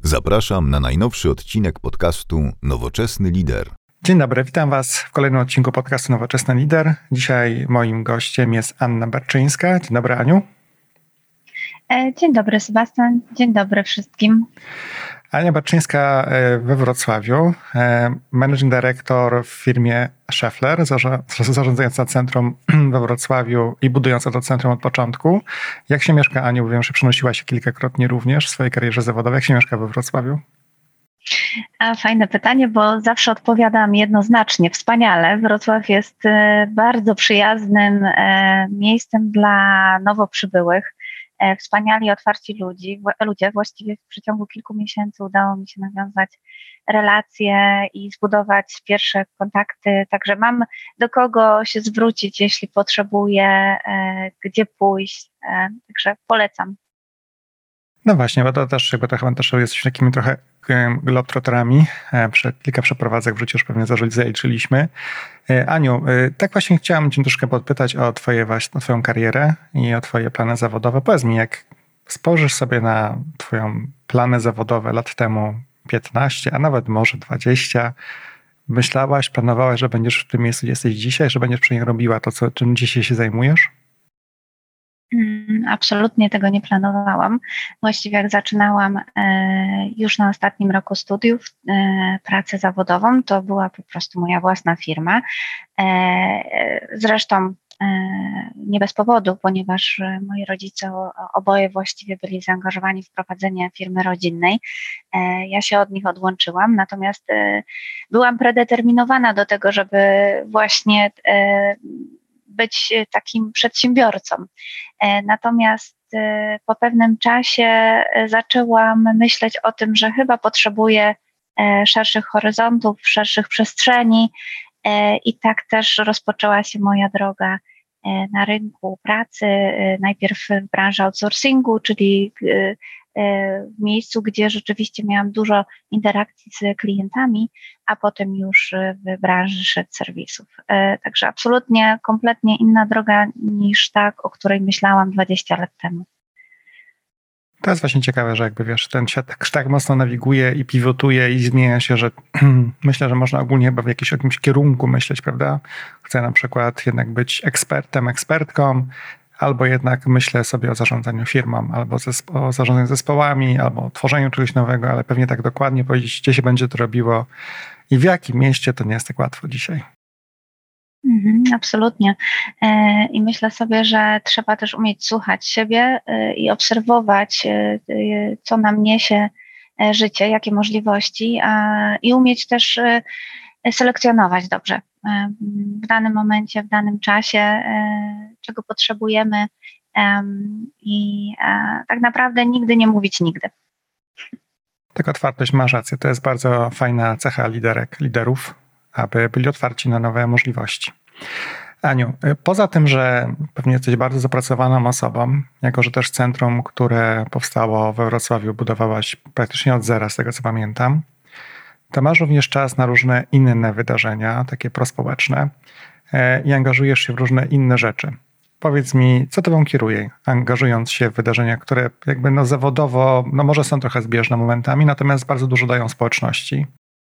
Zapraszam na najnowszy odcinek podcastu Nowoczesny Lider. Dzień dobry, witam Was w kolejnym odcinku podcastu Nowoczesny Lider. Dzisiaj moim gościem jest Anna Barczyńska. Dzień dobry, Aniu. Dzień dobry, Sebastian. Dzień dobry wszystkim. Ania Barczyńska we Wrocławiu, managing director w firmie Schaeffler, zarządzająca centrum we Wrocławiu i budująca to centrum od początku. Jak się mieszka, Aniu? Wiem, że przenosiła się kilkakrotnie również w swojej karierze zawodowej. Jak się mieszka we Wrocławiu? Fajne pytanie, bo zawsze odpowiadam jednoznacznie. Wspaniale. Wrocław jest bardzo przyjaznym miejscem dla nowo przybyłych. Wspaniali, otwarci ludzie. Właściwie w przeciągu kilku miesięcy udało mi się nawiązać relacje i zbudować pierwsze kontakty. Także mam do kogo się zwrócić, jeśli potrzebuję, gdzie pójść. Także polecam. No właśnie, bo to też chyba też jesteśmy takimi trochę globetrotterami. Kilka przeprowadzek w życiu już pewnie zaliczyliśmy. Aniu, tak właśnie chciałam Cię troszkę podpytać o Twoją karierę i o Twoje plany zawodowe. Powiedz mi, jak spojrzysz sobie na Twoją plany zawodowe lat temu 15, a nawet może 20, planowałaś, że będziesz w tym miejscu, gdzie jesteś dzisiaj, że będziesz przy niej robiła to, czym dzisiaj się zajmujesz? Absolutnie tego nie planowałam. Właściwie jak zaczynałam już na ostatnim roku studiów pracę zawodową, to była po prostu moja własna firma. Zresztą nie bez powodu, ponieważ moi rodzice oboje właściwie byli zaangażowani w prowadzenie firmy rodzinnej. Ja się od nich odłączyłam, natomiast byłam predeterminowana do tego, żeby właśnie być takim przedsiębiorcą. Natomiast po pewnym czasie zaczęłam myśleć o tym, że chyba potrzebuję szerszych horyzontów, szerszych przestrzeni i tak też rozpoczęła się moja droga na rynku pracy, najpierw w branży outsourcingu, czyli w miejscu, gdzie rzeczywiście miałam dużo interakcji z klientami, a potem już w branży shared serwisów. Także absolutnie, kompletnie inna droga niż ta, o której myślałam 20 lat temu. To jest właśnie ciekawe, że ten świat tak mocno nawiguje i pivotuje i zmienia się, że myślę, że można ogólnie chyba w jakimś kierunku myśleć, prawda? Chcę na przykład jednak być ekspertem, ekspertką, albo jednak myślę sobie o zarządzaniu firmą, albo o zarządzaniu zespołami, albo o tworzeniu czegoś nowego, ale pewnie tak dokładnie powiedzieć, gdzie się będzie to robiło i w jakim mieście, to nie jest tak łatwo dzisiaj. Absolutnie. I myślę sobie, że trzeba też umieć słuchać siebie i obserwować, co nam niesie życie, jakie możliwości i umieć też selekcjonować dobrze w danym momencie, w danym czasie, czego potrzebujemy i tak naprawdę nigdy nie mówić nigdy. Taka otwartość, masz rację, to jest bardzo fajna cecha liderów, aby byli otwarci na nowe możliwości. Aniu, poza tym, że pewnie jesteś bardzo zapracowaną osobą, jako że też centrum, które powstało we Wrocławiu, budowałaś praktycznie od zera, z tego co pamiętam, to masz również czas na różne inne wydarzenia, takie prospołeczne i angażujesz się w różne inne rzeczy. Powiedz mi, co tobą kieruje, angażując się w wydarzenia, które jakby zawodowo, może są trochę zbieżne momentami, natomiast bardzo dużo dają społeczności?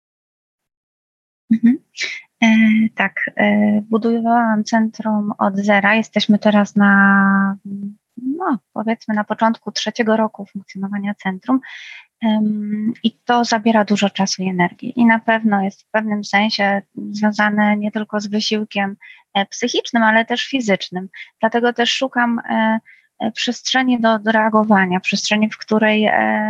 Tak, budowałam centrum od zera. Jesteśmy teraz powiedzmy na początku 3. roku funkcjonowania centrum i to zabiera dużo czasu i energii i na pewno jest w pewnym sensie związane nie tylko z wysiłkiem psychicznym, ale też fizycznym. Dlatego też szukam przestrzeni do reagowania, przestrzeni, w której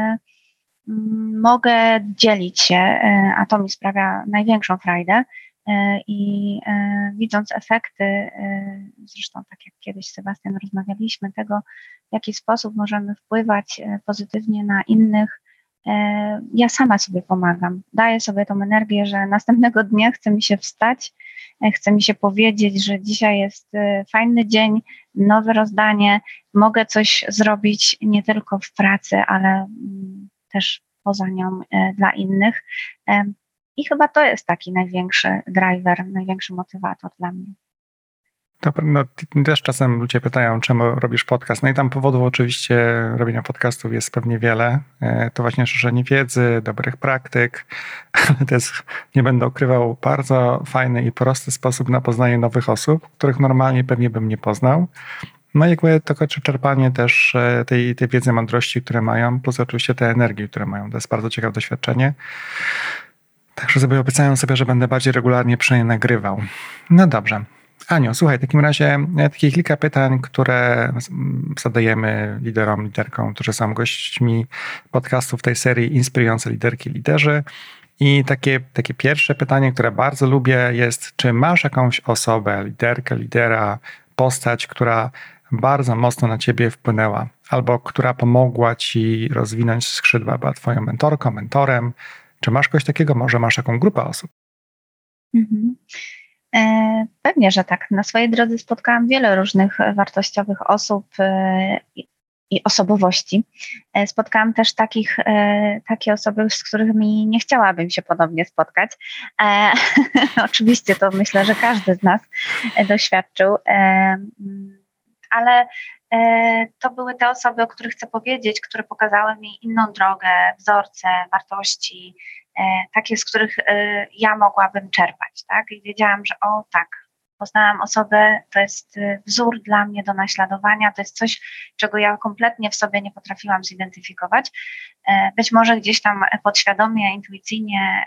mogę dzielić się, a to mi sprawia największą frajdę. I widząc efekty, zresztą tak jak kiedyś z Sebastian rozmawialiśmy, tego w jaki sposób możemy wpływać pozytywnie na innych, ja sama sobie pomagam, daję sobie tą energię, że następnego dnia chce mi się wstać, chce mi się powiedzieć, że dzisiaj jest fajny dzień, nowe rozdanie, mogę coś zrobić nie tylko w pracy, ale też poza nią dla innych. I chyba to jest taki największy driver, największy motywator dla mnie. No, też czasem ludzie pytają, czemu robisz podcast. No i tam powodów oczywiście robienia podcastów jest pewnie wiele. To właśnie szerzenie wiedzy, dobrych praktyk, ale to jest, nie będę ukrywał, bardzo fajny i prosty sposób na poznanie nowych osób, których normalnie pewnie bym nie poznał. No i jakby tylko czerpanie też tej wiedzy, mądrości, które mają, plus oczywiście tej energii, które mają. To jest bardzo ciekawe doświadczenie. Także sobie obiecałem sobie, że będę bardziej regularnie przy niej nagrywał. No dobrze. Aniu, słuchaj, w takim razie takich kilka pytań, które zadajemy liderom, liderkom, którzy są gośćmi podcastów tej serii Inspirujące liderki, liderzy. I takie pierwsze pytanie, które bardzo lubię jest, czy masz jakąś osobę, liderkę, lidera, postać, która bardzo mocno na ciebie wpłynęła albo która pomogła ci rozwinąć skrzydła, była twoją mentorką, mentorem. Czy masz kogoś takiego? Może masz taką grupę osób? Mhm. Pewnie, że tak. Na swojej drodze spotkałam wiele różnych wartościowych osób i osobowości. Spotkałam też takie osoby, z którymi nie chciałabym się ponownie spotkać. Oczywiście to myślę, że każdy z nas doświadczył, ale to były te osoby, o których chcę powiedzieć, które pokazały mi inną drogę, wzorce, wartości, takie, z których ja mogłabym czerpać, tak? I wiedziałam, że poznałam osobę, to jest wzór dla mnie do naśladowania, to jest coś, czego ja kompletnie w sobie nie potrafiłam zidentyfikować. Być może gdzieś tam podświadomie, intuicyjnie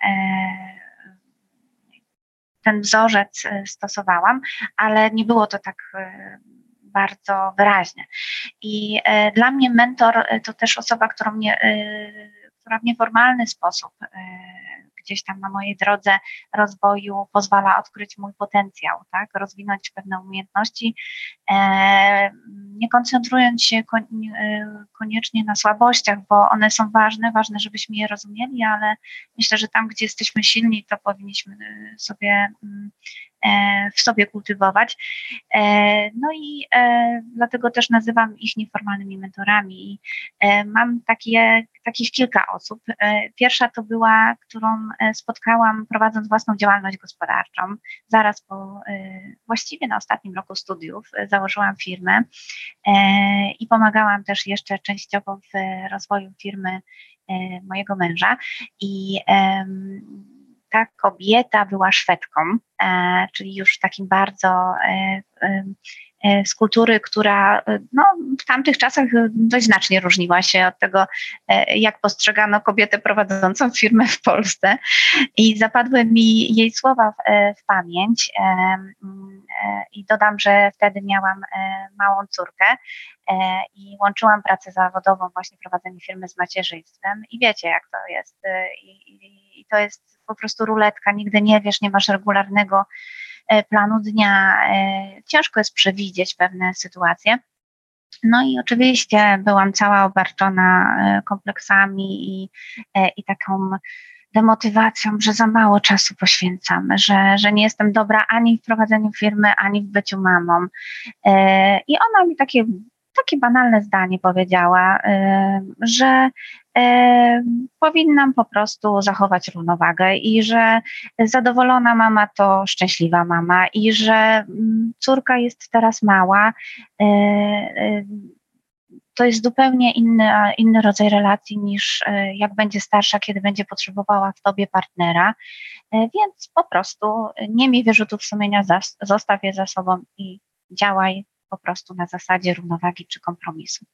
ten wzorzec stosowałam, w nie było to tak bardzo wyraźnie. I dla mnie mentor to też osoba, która w nieformalny sposób gdzieś tam na mojej drodze rozwoju pozwala odkryć mój potencjał, tak? Rozwinąć pewne umiejętności, nie koncentrując się koniecznie na słabościach, bo one są ważne, żebyśmy je rozumieli, ale myślę, że tam, gdzie jesteśmy silni, to powinniśmy sobie w sobie kultywować. No i dlatego też nazywam ich nieformalnymi mentorami. I mam takich kilka osób. Pierwsza to była, którą spotkałam prowadząc własną działalność gospodarczą. Zaraz właściwie na ostatnim roku studiów założyłam firmę i pomagałam też jeszcze częściowo w rozwoju firmy mojego męża. I ta kobieta była Szwedką, czyli już takim bardzo z kultury, która w tamtych czasach dość znacznie różniła się od tego, jak postrzegano kobietę prowadzącą firmę w Polsce. I zapadły mi jej słowa w pamięć i dodam, że wtedy miałam małą córkę i łączyłam pracę zawodową, właśnie prowadzenie firmy z macierzyństwem i wiecie, jak to jest. I to jest po prostu ruletka, nigdy nie wiesz, nie masz regularnego planu dnia, ciężko jest przewidzieć pewne sytuacje. No i oczywiście byłam cała obarczona kompleksami i taką demotywacją, że za mało czasu poświęcam, że nie jestem dobra ani w prowadzeniu firmy, ani w byciu mamą. I ona mi takie banalne zdanie powiedziała, że powinnam po prostu zachować równowagę i że zadowolona mama to szczęśliwa mama i że córka jest teraz mała. To jest zupełnie inny rodzaj relacji niż jak będzie starsza, kiedy będzie potrzebowała w tobie partnera, więc po prostu nie miej wyrzutów sumienia, zostaw je za sobą i działaj po prostu na zasadzie równowagi czy kompromisu.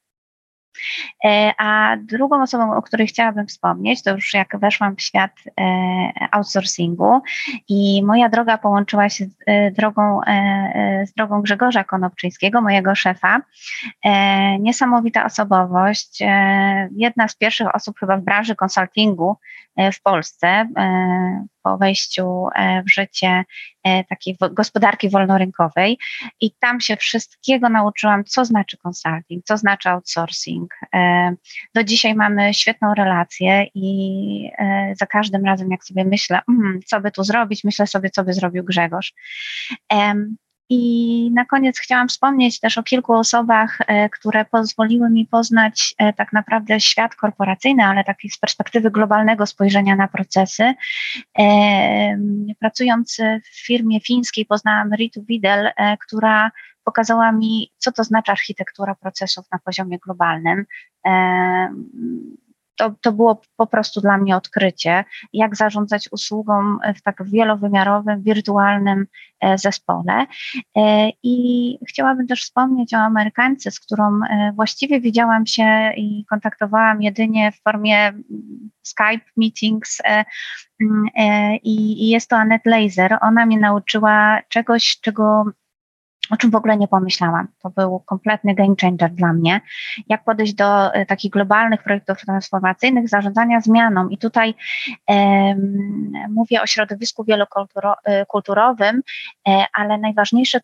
A drugą osobą, o której chciałabym wspomnieć, to już jak weszłam w świat outsourcingu i moja droga połączyła się z drogą Grzegorza Konopczyńskiego, mojego szefa. Niesamowita osobowość, jedna z pierwszych osób chyba w branży konsultingu w Polsce po wejściu w życie takiej gospodarki wolnorynkowej i tam się wszystkiego nauczyłam, co znaczy consulting, co znaczy outsourcing. Do dzisiaj mamy świetną relację i za każdym razem, jak sobie myślę, co by tu zrobić, myślę sobie, co by zrobił Grzegorz. I na koniec chciałam wspomnieć też o kilku osobach, które pozwoliły mi poznać tak naprawdę świat korporacyjny, ale taki z perspektywy globalnego spojrzenia na procesy. Pracując w firmie fińskiej poznałam Ritu Widel, która pokazała mi, co to znaczy architektura procesów na poziomie globalnym. To było po prostu dla mnie odkrycie, jak zarządzać usługą w tak wielowymiarowym, wirtualnym zespole. I chciałabym też wspomnieć o Amerykance, z którą właściwie widziałam się i kontaktowałam jedynie w formie Skype meetings i jest to Annette Laser. Ona mnie nauczyła czegoś, o czym w ogóle nie pomyślałam. To był kompletny game changer dla mnie. Jak podejść do takich globalnych projektów transformacyjnych, zarządzania zmianą. I tutaj mówię o środowisku wielokulturowym, ale najważniejsza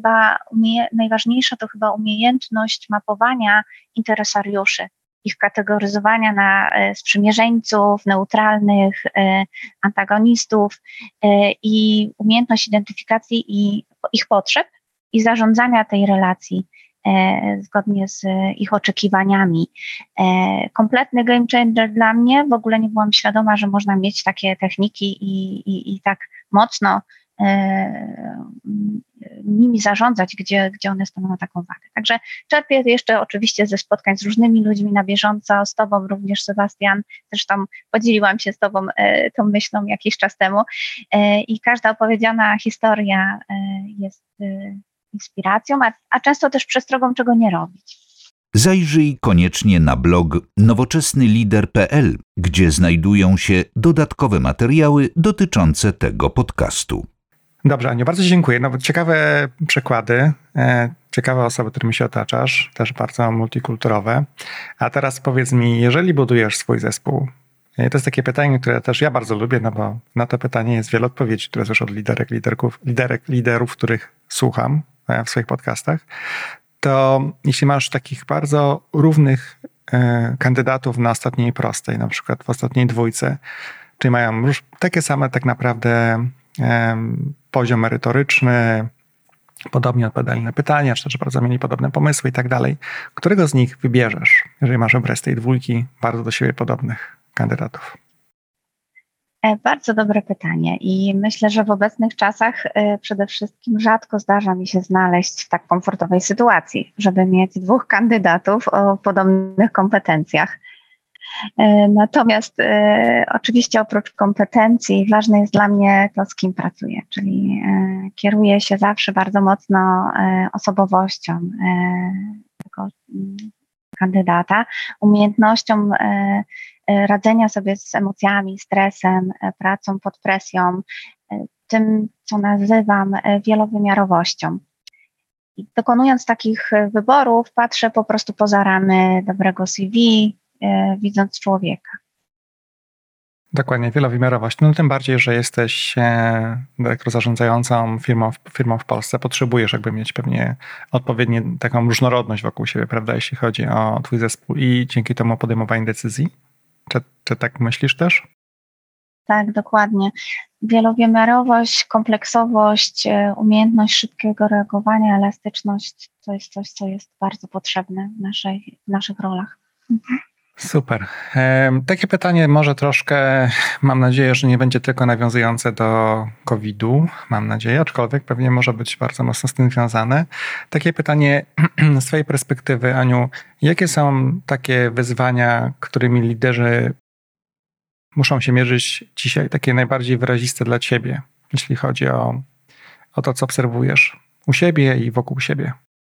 to chyba umiejętność mapowania interesariuszy, ich kategoryzowania na sprzymierzeńców, neutralnych, antagonistów i umiejętność identyfikacji ich potrzeb i zarządzania tej relacji zgodnie z ich oczekiwaniami. Kompletny game changer dla mnie. W ogóle nie byłam świadoma, że można mieć takie techniki i tak mocno nimi zarządzać, gdzie one stanowią taką wagę. Także czerpię jeszcze oczywiście ze spotkań z różnymi ludźmi na bieżąco, z Tobą również, Sebastian. Zresztą podzieliłam się z Tobą tą myślą jakiś czas temu i każda opowiedziana historia jest inspiracją, a często też przestrogą, czego nie robić. Zajrzyj koniecznie na blog nowoczesnylider.pl, gdzie znajdują się dodatkowe materiały dotyczące tego podcastu. Dobrze, Aniu, bardzo dziękuję. No, ciekawe przykłady, ciekawe osoby, którymi się otaczasz, też bardzo multikulturowe. A teraz powiedz mi, jeżeli budujesz swój zespół, to jest takie pytanie, które też ja bardzo lubię, no bo na to pytanie jest wiele odpowiedzi, które słyszę od liderów, których słucham w swoich podcastach. To jeśli masz takich bardzo równych kandydatów na ostatniej prostej, na przykład w ostatniej dwójce, czyli mają już takie same tak naprawdę poziom merytoryczny, podobnie odpowiadali na pytania, czy też bardzo mieli podobne pomysły i tak dalej, którego z nich wybierzesz, jeżeli masz wybrać z tej dwójki bardzo do siebie podobnych kandydatów? Bardzo dobre pytanie i myślę, że w obecnych czasach przede wszystkim rzadko zdarza mi się znaleźć w tak komfortowej sytuacji, żeby mieć dwóch kandydatów o podobnych kompetencjach. Natomiast oczywiście oprócz kompetencji ważne jest dla mnie to, z kim pracuję, czyli kieruję się zawsze bardzo mocno osobowością tego kandydata, umiejętnością radzenia sobie z emocjami, stresem, pracą pod presją, tym, co nazywam wielowymiarowością. I dokonując takich wyborów, patrzę po prostu poza ramy dobrego CV, widząc człowieka. Dokładnie, wielowymiarowość. No tym bardziej, że jesteś dyrektor zarządzającą firmą w Polsce, potrzebujesz jakby mieć pewnie odpowiednią taką różnorodność wokół siebie, prawda, jeśli chodzi o twój zespół i dzięki temu podejmowanie decyzji. Czy tak myślisz też? Tak, dokładnie. Wielowymiarowość, kompleksowość, umiejętność szybkiego reagowania, elastyczność to jest coś, co jest bardzo potrzebne w naszych rolach. Super. Takie pytanie może troszkę, mam nadzieję, że nie będzie tylko nawiązujące do COVID-u, mam nadzieję, aczkolwiek pewnie może być bardzo mocno z tym związane. Takie pytanie z twojej perspektywy, Aniu, jakie są takie wyzwania, którymi liderzy muszą się mierzyć dzisiaj, takie najbardziej wyraziste dla ciebie, jeśli chodzi o to, co obserwujesz u siebie i wokół siebie?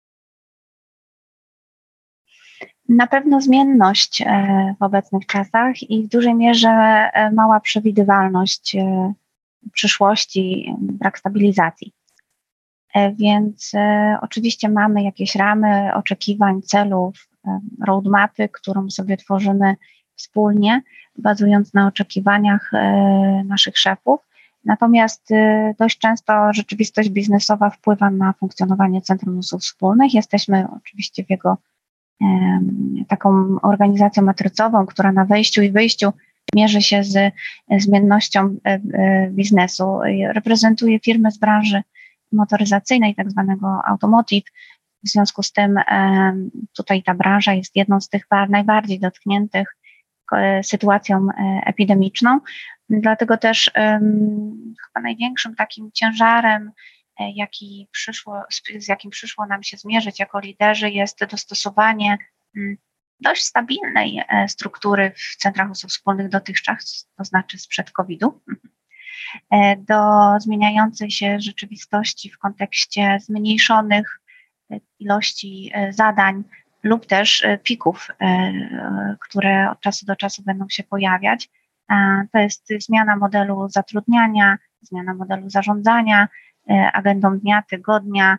Na pewno zmienność w obecnych czasach i w dużej mierze mała przewidywalność przyszłości, brak stabilizacji. Więc oczywiście mamy jakieś ramy oczekiwań, celów, roadmapy, którą sobie tworzymy wspólnie, bazując na oczekiwaniach naszych szefów. Natomiast dość często rzeczywistość biznesowa wpływa na funkcjonowanie Centrum Usług Wspólnych. Jesteśmy oczywiście w jego taką organizacją matrycową, która na wejściu i wyjściu mierzy się z zmiennością biznesu. Reprezentuję firmy z branży motoryzacyjnej, tak zwanego automotive. W związku z tym tutaj ta branża jest jedną z tych najbardziej dotkniętych sytuacją epidemiczną. Dlatego też chyba największym takim ciężarem, z jakim przyszło nam się zmierzyć jako liderzy, jest dostosowanie dość stabilnej struktury w centrach usług wspólnych dotychczas, to znaczy sprzed COVID-u, do zmieniającej się rzeczywistości w kontekście zmniejszonych ilości zadań lub też pików, które od czasu do czasu będą się pojawiać. To jest zmiana modelu zatrudniania, zmiana modelu zarządzania, agendą dnia, tygodnia,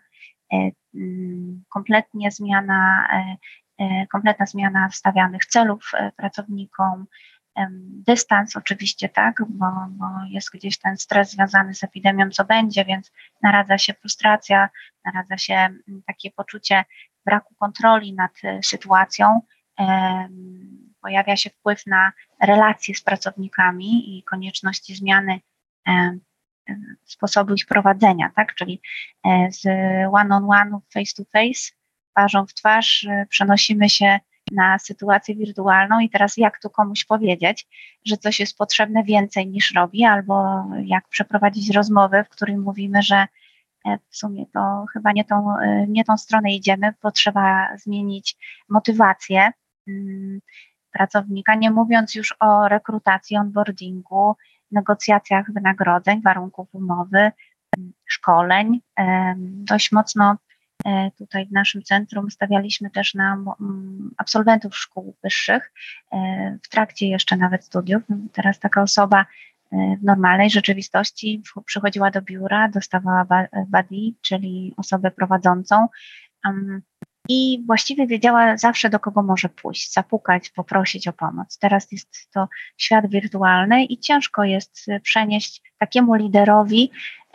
kompletna zmiana stawianych celów pracownikom, dystans oczywiście, tak, bo jest gdzieś ten stres związany z epidemią, co będzie, więc naradza się frustracja, naradza się takie poczucie braku kontroli nad sytuacją, pojawia się wpływ na relacje z pracownikami i konieczności zmiany sposobu ich prowadzenia, tak, czyli z one-on-one, face-to-face, twarzą w twarz przenosimy się na sytuację wirtualną i teraz jak tu komuś powiedzieć, że coś jest potrzebne więcej niż robi, albo jak przeprowadzić rozmowę, w której mówimy, że w sumie to chyba nie tą stronę idziemy, potrzeba zmienić motywację pracownika, nie mówiąc już o rekrutacji, onboardingu, negocjacjach wynagrodzeń, warunków umowy, szkoleń. Dość mocno tutaj w naszym centrum stawialiśmy też na absolwentów szkół wyższych, w trakcie jeszcze nawet studiów. Teraz taka osoba w normalnej rzeczywistości przychodziła do biura, dostawała buddy, czyli osobę prowadzącą i właściwie wiedziała zawsze, do kogo może pójść, zapukać, poprosić o pomoc. Teraz jest to świat wirtualny i ciężko jest przenieść takiemu liderowi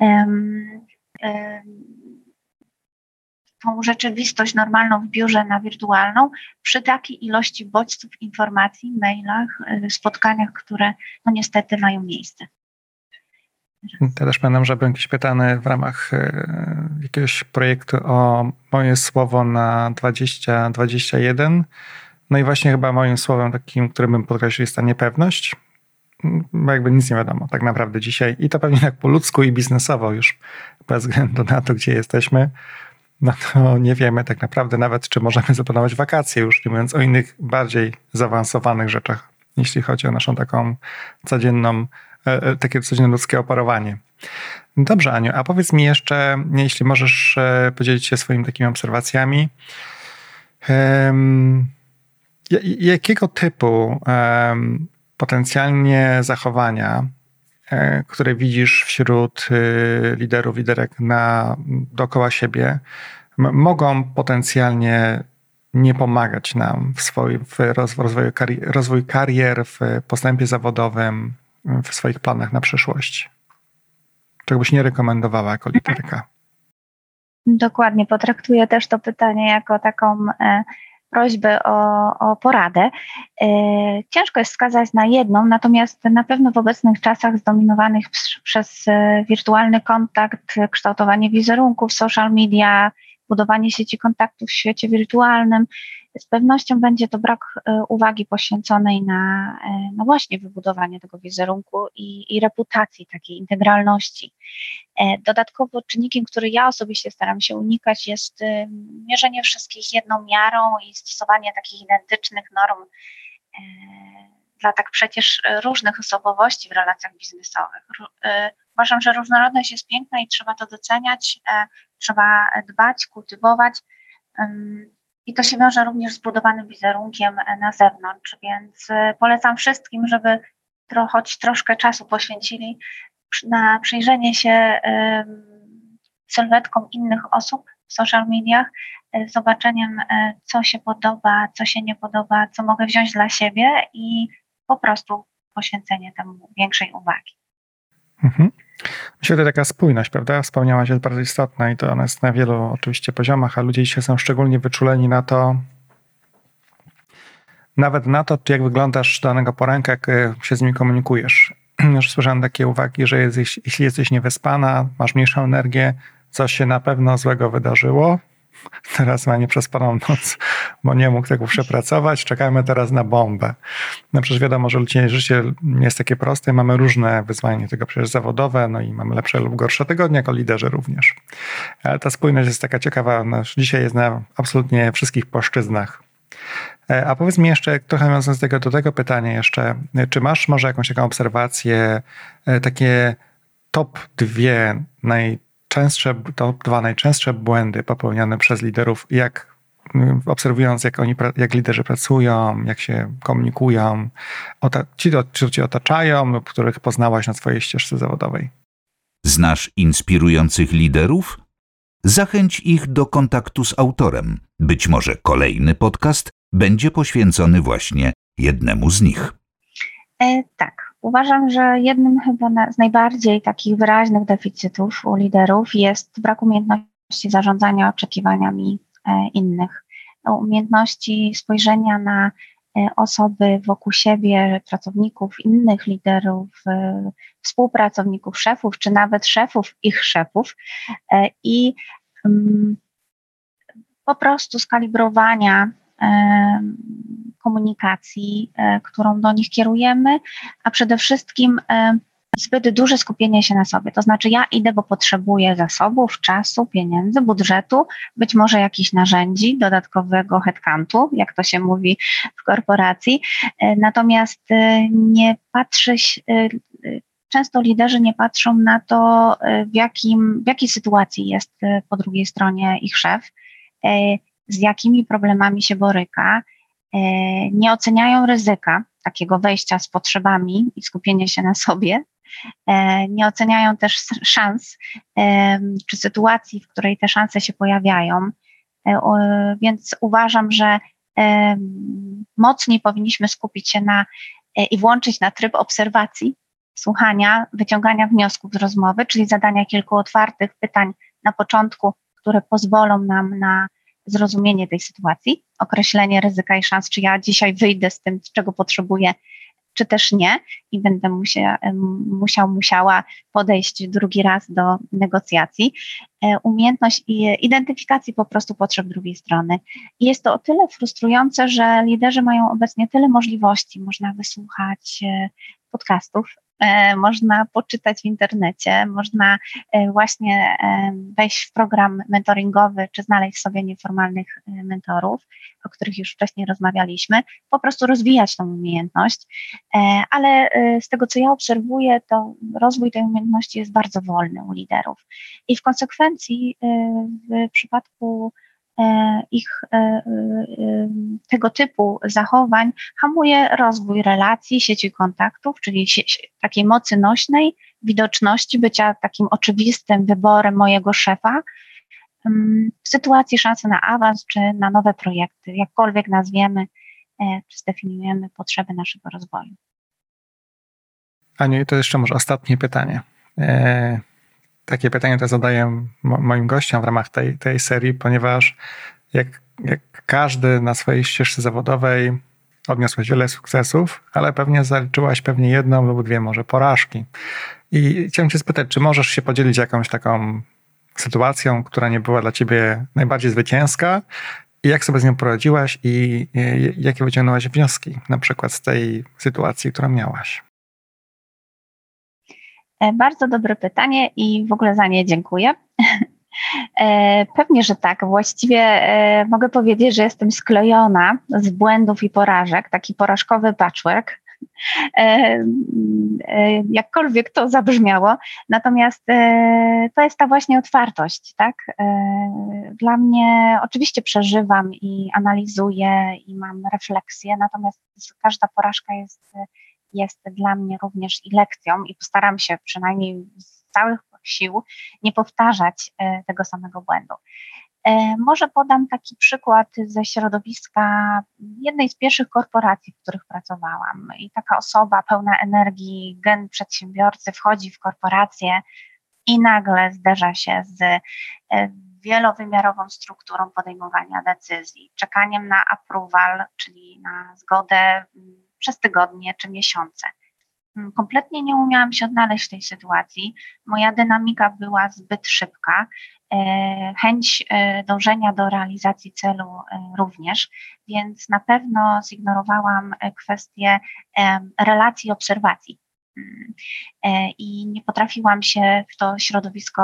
tą rzeczywistość normalną w biurze na wirtualną przy takiej ilości bodźców, informacji, mailach, spotkaniach, które no niestety mają miejsce. Ja też pamiętam, że byłem jakiś pytany w ramach jakiegoś projektu o moje słowo na 2021. No i właśnie chyba moim słowem takim, którym bym podkreślił, jest ta niepewność, bo jakby nic nie wiadomo tak naprawdę dzisiaj i to pewnie tak po ludzku i biznesowo już bez względu na to, gdzie jesteśmy, no to nie wiemy tak naprawdę nawet, czy możemy zaplanować wakacje, już nie mówiąc o innych bardziej zaawansowanych rzeczach, jeśli chodzi o naszą taką takie codzienne ludzkie operowanie. Dobrze, Aniu, a powiedz mi jeszcze, jeśli możesz podzielić się swoimi takimi obserwacjami, jakiego typu potencjalnie zachowania, które widzisz wśród liderów, liderek dookoła siebie, mogą potencjalnie nie pomagać nam w rozwoju karier, w postępie zawodowym, w swoich planach na przyszłość? Czego byś nie rekomendowała jako liderka? Dokładnie, potraktuję też to pytanie jako taką prośbę o poradę. Ciężko jest wskazać na jedną, natomiast na pewno w obecnych czasach zdominowanych przez wirtualny kontakt, kształtowanie wizerunków, social media, budowanie sieci kontaktów w świecie wirtualnym, z pewnością będzie to brak uwagi poświęconej na właśnie wybudowanie tego wizerunku i reputacji, takiej integralności. Dodatkowo czynnikiem, który ja osobiście staram się unikać, jest mierzenie wszystkich jedną miarą i stosowanie takich identycznych norm dla tak przecież różnych osobowości w relacjach biznesowych. Uważam, że różnorodność jest piękna i trzeba to doceniać, trzeba dbać, kultywować. I to się wiąże również z budowanym wizerunkiem na zewnątrz, więc polecam wszystkim, żeby choć troszkę czasu poświęcili na przyjrzenie się sylwetkom innych osób w social mediach, zobaczeniem, co się podoba, co się nie podoba, co mogę wziąć dla siebie i po prostu poświęcenie temu większej uwagi. Mhm. Myślę, że taka spójność, prawda? Wspomniałaś, jest bardzo istotna i to ona jest na wielu oczywiście poziomach, a ludzie dzisiaj są szczególnie wyczuleni na to, nawet na to, jak wyglądasz danego poranka, jak się z nimi komunikujesz. Już słyszałem takie uwagi, że jeśli jesteś niewyspana, masz mniejszą energię, coś się na pewno złego wydarzyło. Teraz ma nieprzespaną noc, bo nie mógł tego przepracować. Czekamy teraz na bombę. No przecież wiadomo, że życie nie jest takie proste. Mamy różne wyzwania tego przecież zawodowe, no i mamy lepsze lub gorsze tygodnie, jako liderzy również. Ale ta spójność jest taka ciekawa. No, dzisiaj jest na absolutnie wszystkich płaszczyznach. A powiedz mi jeszcze, trochę nawiązując do tego pytania jeszcze, czy masz może jakąś taką obserwację, takie top dwa najczęstsze błędy popełniane przez liderów, obserwując, jak liderzy pracują, jak się komunikują, ci, którzy cię otaczają lub których poznałaś na swojej ścieżce zawodowej? Znasz inspirujących liderów? Zachęć ich do kontaktu z autorem. Być może kolejny podcast będzie poświęcony właśnie jednemu z nich. Tak. Uważam, że jednym chyba z najbardziej takich wyraźnych deficytów u liderów jest brak umiejętności zarządzania oczekiwaniami innych. Umiejętności spojrzenia na osoby wokół siebie, pracowników, innych liderów, współpracowników, szefów, czy nawet szefów ich szefów i po prostu skalibrowania komunikacji, którą do nich kierujemy, a przede wszystkim zbyt duże skupienie się na sobie. To znaczy ja idę, bo potrzebuję zasobów, czasu, pieniędzy, budżetu, być może jakichś narzędzi, dodatkowego headcountu, jak to się mówi w korporacji. Natomiast często liderzy nie patrzą na to, w jakiej sytuacji jest po drugiej stronie ich szef, z jakimi problemami się boryka, nie oceniają ryzyka takiego wejścia z potrzebami i skupienia się na sobie, nie oceniają też szans czy sytuacji, w której te szanse się pojawiają, więc uważam, że mocniej powinniśmy skupić się i włączyć na tryb obserwacji, słuchania, wyciągania wniosków z rozmowy, czyli zadania kilku otwartych pytań na początku, które pozwolą nam na zrozumienie tej sytuacji, określenie ryzyka i szans, czy ja dzisiaj wyjdę z tym, czego potrzebuję, czy też nie i będę musiała podejść drugi raz do negocjacji. Umiejętność identyfikacji po prostu potrzeb drugiej strony. I jest to o tyle frustrujące, że liderzy mają obecnie tyle możliwości. Można wysłuchać podcastów, można poczytać w internecie, można właśnie wejść w program mentoringowy, czy znaleźć sobie nieformalnych mentorów, o których już wcześniej rozmawialiśmy, po prostu rozwijać tą umiejętność, ale z tego, co ja obserwuję, to rozwój tej umiejętności jest bardzo wolny u liderów i w konsekwencji w przypadku tego typu zachowań hamuje rozwój relacji, sieci kontaktów, czyli takiej mocy nośnej, widoczności, bycia takim oczywistym wyborem mojego szefa w sytuacji szansy na awans czy na nowe projekty, jakkolwiek nazwiemy czy zdefiniujemy potrzeby naszego rozwoju. Aniu, to jeszcze może ostatnie pytanie. Takie pytanie to zadaję moim gościom w ramach tej serii, ponieważ jak każdy na swojej ścieżce zawodowej odniosłeś wiele sukcesów, ale pewnie zaliczyłaś jedną lub dwie może porażki. I chciałem cię spytać, czy możesz się podzielić jakąś taką sytuacją, która nie była dla ciebie najbardziej zwycięska i jak sobie z nią poradziłaś i jakie wyciągnęłaś wnioski na przykład z tej sytuacji, którą miałaś? Bardzo dobre pytanie i w ogóle za nie dziękuję. Pewnie, że tak. Właściwie mogę powiedzieć, że jestem sklejona z błędów i porażek, taki porażkowy patchwork. Jakkolwiek to zabrzmiało. Natomiast to jest ta właśnie otwartość, tak? Dla mnie oczywiście przeżywam i analizuję i mam refleksję, natomiast każda porażka jest dla mnie również i lekcją i postaram się przynajmniej z całych sił nie powtarzać tego samego błędu. Może podam taki przykład ze środowiska jednej z pierwszych korporacji, w których pracowałam. I taka osoba pełna energii, gen przedsiębiorcy wchodzi w korporację i nagle zderza się z wielowymiarową strukturą podejmowania decyzji, czekaniem na approval, czyli na zgodę przez tygodnie czy miesiące. Kompletnie nie umiałam się odnaleźć w tej sytuacji. Moja dynamika była zbyt szybka chęć dążenia do realizacji celu również, więc na pewno zignorowałam kwestię relacji i obserwacji. I nie potrafiłam się w to środowisko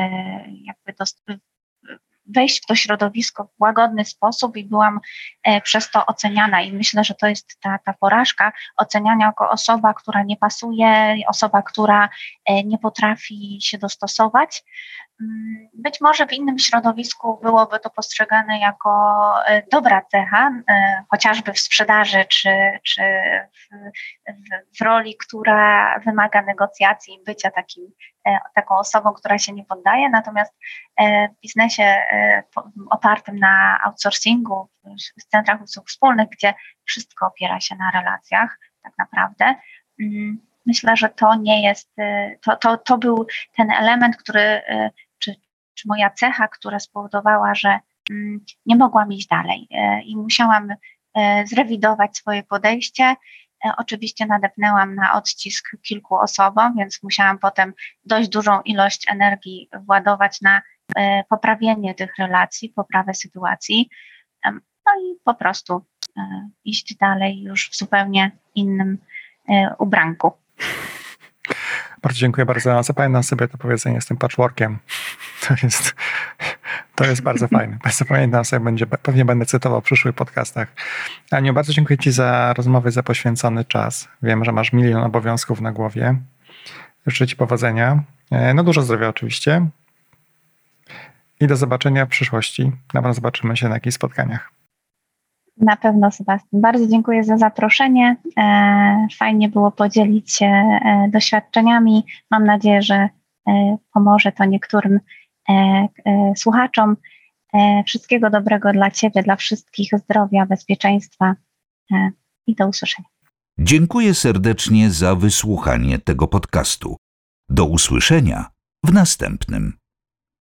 wejść w to środowisko w łagodny sposób i byłam przez to oceniana i myślę, że to jest ta porażka oceniania jako osoba, która nie pasuje, osoba, która nie potrafi się dostosować. Być może w innym środowisku byłoby to postrzegane jako dobra cecha, chociażby w sprzedaży czy w roli, która wymaga negocjacji, bycia taką osobą, która się nie poddaje, natomiast w biznesie opartym na outsourcingu, w centrach usług wspólnych, gdzie wszystko opiera się na relacjach tak naprawdę, myślę, że to nie jest, to był ten element, który, czy moja cecha, która spowodowała, że nie mogłam iść dalej i musiałam zrewidować swoje podejście. Oczywiście nadepnęłam na odcisk kilku osobom, więc musiałam potem dość dużą ilość energii władować na poprawienie tych relacji, poprawę sytuacji, no i po prostu iść dalej już w zupełnie innym ubranku. Bardzo dziękuję bardzo. Zapamiętam sobie to powiedzenie z tym patchworkiem. To jest bardzo fajne. Zapamiętam sobie, pewnie będę cytował w przyszłych podcastach. Aniu, bardzo dziękuję Ci za rozmowę, za poświęcony czas. Wiem, że masz milion obowiązków na głowie. Życzę Ci powodzenia. No dużo zdrowia oczywiście. I do zobaczenia w przyszłości. Na pewno zobaczymy się na jakichś spotkaniach. Na pewno, Sebastian. Bardzo dziękuję za zaproszenie. Fajnie było podzielić się doświadczeniami. Mam nadzieję, że pomoże to niektórym słuchaczom. Wszystkiego dobrego dla Ciebie, dla wszystkich, zdrowia, bezpieczeństwa i do usłyszenia. Dziękuję serdecznie za wysłuchanie tego podcastu. Do usłyszenia w następnym.